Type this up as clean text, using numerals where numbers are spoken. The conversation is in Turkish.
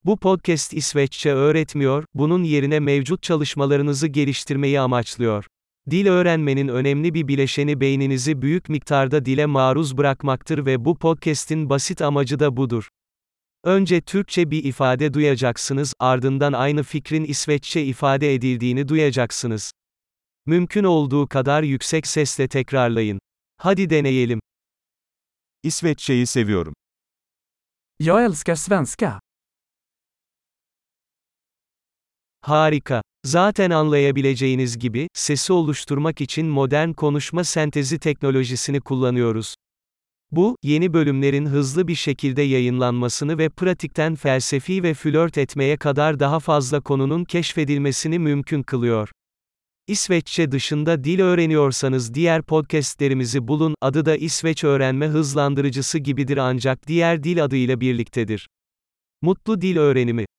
Bu podcast İsveççe öğretmiyor, bunun yerine mevcut çalışmalarınızı geliştirmeyi amaçlıyor. Dil öğrenmenin önemli bir bileşeni beyninizi büyük miktarda dile maruz bırakmaktır ve bu podcast'in basit amacı da budur. Önce Türkçe bir ifade duyacaksınız, ardından aynı fikrin İsveççe ifade edildiğini duyacaksınız. Mümkün olduğu kadar yüksek sesle tekrarlayın. Hadi deneyelim. İsveççeyi seviyorum. Jag älskar svenska. Harika. Zaten anlayabileceğiniz gibi, sesi oluşturmak için modern konuşma sentezi teknolojisini kullanıyoruz. Bu, yeni bölümlerin hızlı bir şekilde yayınlanmasını ve pratikten felsefi ve flört etmeye kadar daha fazla konunun keşfedilmesini mümkün kılıyor. İsveççe dışında dil öğreniyorsanız diğer podcastlerimizi bulun, adı da İsveç öğrenme hızlandırıcısı gibidir ancak diğer dil adıyla birliktedir. Mutlu dil öğrenimi.